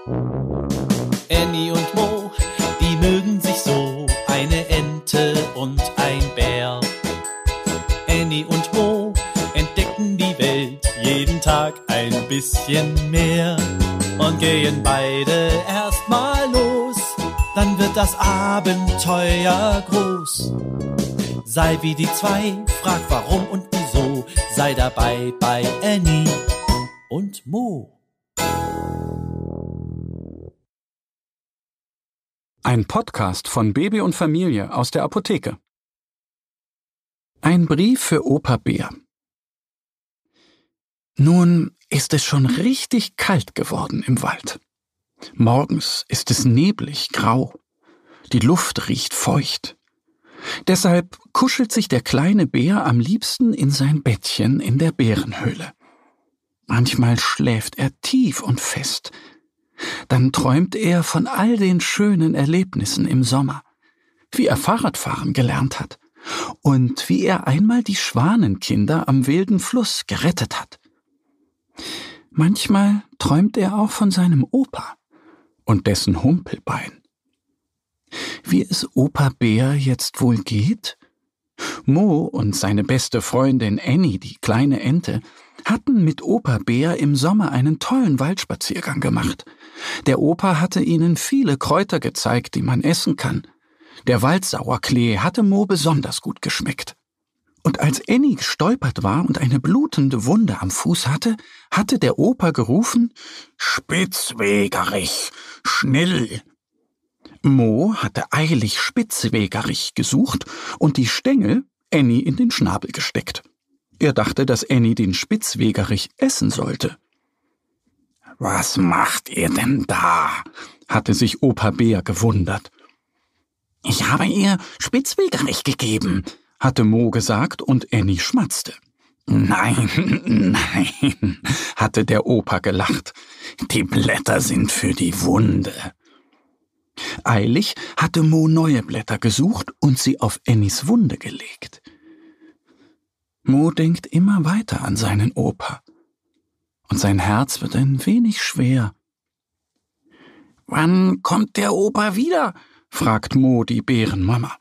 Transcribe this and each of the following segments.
Annie und Mo, die mögen sich so, eine Ente und ein Bär. Annie und Mo entdecken die Welt jeden Tag ein bisschen mehr und gehen beide erstmal los, dann wird das Abenteuer groß. Sei wie die zwei, frag warum und wieso, sei dabei bei Annie und Mo. Ein Podcast von Baby und Familie aus der Apotheke. Ein Brief für Opa Bär. Nun ist es schon richtig kalt geworden im Wald. Morgens ist es neblig, grau. Die Luft riecht feucht. Deshalb kuschelt sich der kleine Bär am liebsten in sein Bettchen in der Bärenhöhle. Manchmal schläft er tief und fest. Dann träumt er von all den schönen Erlebnissen im Sommer, wie er Fahrradfahren gelernt hat und wie er einmal die Schwanenkinder am wilden Fluss gerettet hat. Manchmal träumt er auch von seinem Opa und dessen Humpelbein. Wie es Opa Bär jetzt wohl geht? Mo und seine beste Freundin Annie, die kleine Ente, hatten mit Opa Bär im Sommer einen tollen Waldspaziergang gemacht. Der Opa hatte ihnen viele Kräuter gezeigt, die man essen kann. Der Waldsauerklee hatte Mo besonders gut geschmeckt. Und als Annie gestolpert war und eine blutende Wunde am Fuß hatte, hatte der Opa gerufen: »Spitzwegerich, schnell!« Mo hatte eilig Spitzwegerich gesucht und die Stängel Annie in den Schnabel gesteckt. Er dachte, dass Annie den Spitzwegerich essen sollte. »Was macht ihr denn da?« hatte sich Opa Bär gewundert. »Ich habe ihr Spitzwegerich gegeben«, hatte Mo gesagt und Annie schmatzte. »Nein, nein«, hatte der Opa gelacht. »Die Blätter sind für die Wunde.« Eilig hatte Mo neue Blätter gesucht und sie auf Annies Wunde gelegt. Mo denkt immer weiter an seinen Opa. Und sein Herz wird ein wenig schwer. »Wann kommt der Opa wieder?« fragt Mo die Bärenmama.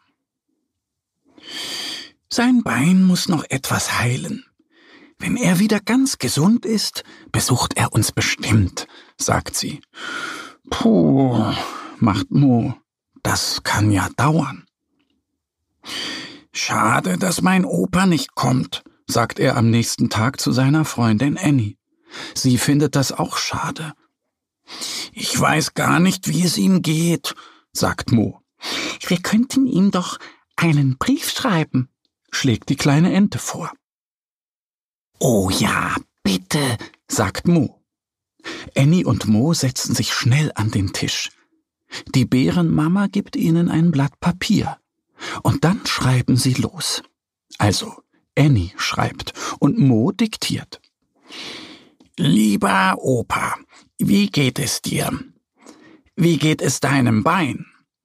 »Sein Bein muss noch etwas heilen. Wenn er wieder ganz gesund ist, besucht er uns bestimmt«, sagt sie. »Puh«, macht Mo, »das kann ja dauern.« »Schade, dass mein Opa nicht kommt«, sagt er am nächsten Tag zu seiner Freundin Annie. Sie findet das auch schade. »Ich weiß gar nicht, wie es ihm geht«, sagt Mo. »Wir könnten ihm doch einen Brief schreiben«, schlägt die kleine Ente vor. »Oh ja, bitte«, sagt Mo. Annie und Mo setzen sich schnell an den Tisch. Die Bärenmama gibt ihnen ein Blatt Papier. Und dann schreiben sie los. Also, Annie schreibt und Mo diktiert. »Lieber Opa, wie geht es dir? Wie geht es deinem Bein?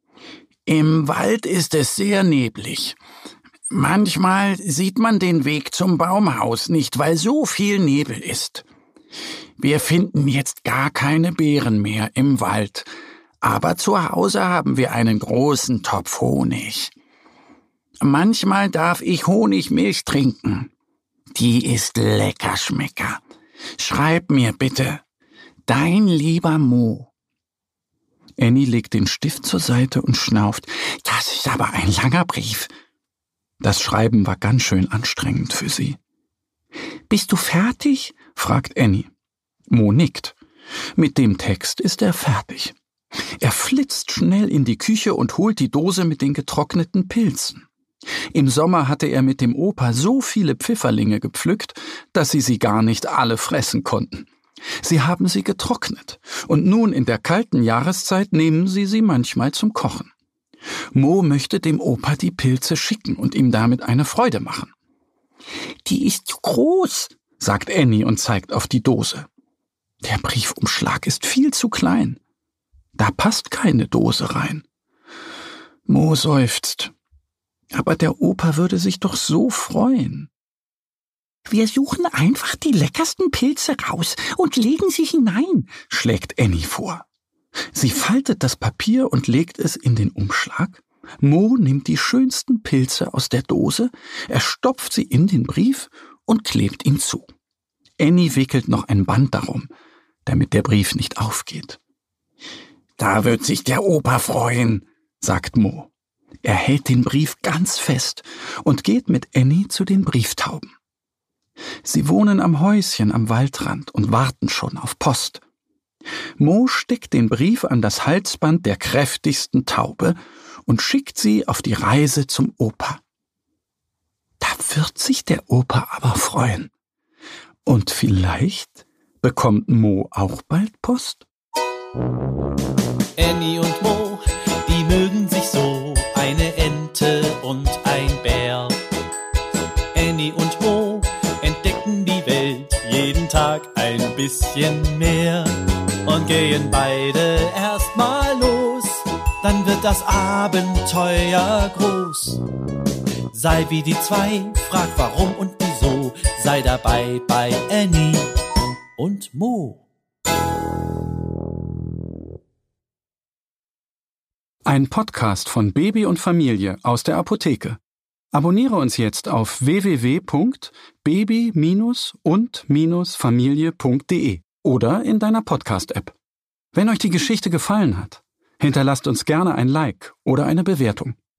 Im Wald ist es sehr neblig. Manchmal sieht man den Weg zum Baumhaus nicht, weil so viel Nebel ist. Wir finden jetzt gar keine Beeren mehr im Wald, aber zu Hause haben wir einen großen Topf Honig. Manchmal darf ich Honigmilch trinken. Die ist lecker Schmecker. Schreib mir bitte. Dein lieber Mo.« Annie legt den Stift zur Seite und schnauft. »Das ist aber ein langer Brief.« Das Schreiben war ganz schön anstrengend für sie. »Bist du fertig?« fragt Annie. Mo nickt. Mit dem Text ist er fertig. Er flitzt schnell in die Küche und holt die Dose mit den getrockneten Pilzen. Im Sommer hatte er mit dem Opa so viele Pfifferlinge gepflückt, dass sie gar nicht alle fressen konnten. Sie haben sie getrocknet und nun in der kalten Jahreszeit nehmen sie manchmal zum Kochen. Mo möchte dem Opa die Pilze schicken und ihm damit eine Freude machen. »Die ist zu groß«, sagt Annie und zeigt auf die Dose. Der Briefumschlag ist viel zu klein. Da passt keine Dose rein. Mo seufzt. Aber der Opa würde sich doch so freuen. »Wir suchen einfach die leckersten Pilze raus und legen sie hinein«, schlägt Annie vor. Sie faltet das Papier und legt es in den Umschlag. Mo nimmt die schönsten Pilze aus der Dose, er stopft sie in den Brief und klebt ihn zu. Annie wickelt noch ein Band darum, damit der Brief nicht aufgeht. »Da wird sich der Opa freuen«, sagt Mo. Er hält den Brief ganz fest und geht mit Annie zu den Brieftauben. Sie wohnen am Häuschen am Waldrand und warten schon auf Post. Mo steckt den Brief an das Halsband der kräftigsten Taube und schickt sie auf die Reise zum Opa. Da wird sich der Opa aber freuen. Und vielleicht bekommt Mo auch bald Post? Annie und Mo, die mögen sich so, eine Ente und ein Bär. Annie und Mo entdecken die Welt jeden Tag ein bisschen mehr und gehen beide erstmal los, dann wird das Abenteuer groß. Sei wie die zwei, frag warum und wieso, sei dabei bei Annie und Mo. Ein Podcast von Baby und Familie aus der Apotheke. Abonniere uns jetzt auf www.baby-und-familie.de oder in deiner Podcast-App. Wenn euch die Geschichte gefallen hat, hinterlasst uns gerne ein Like oder eine Bewertung.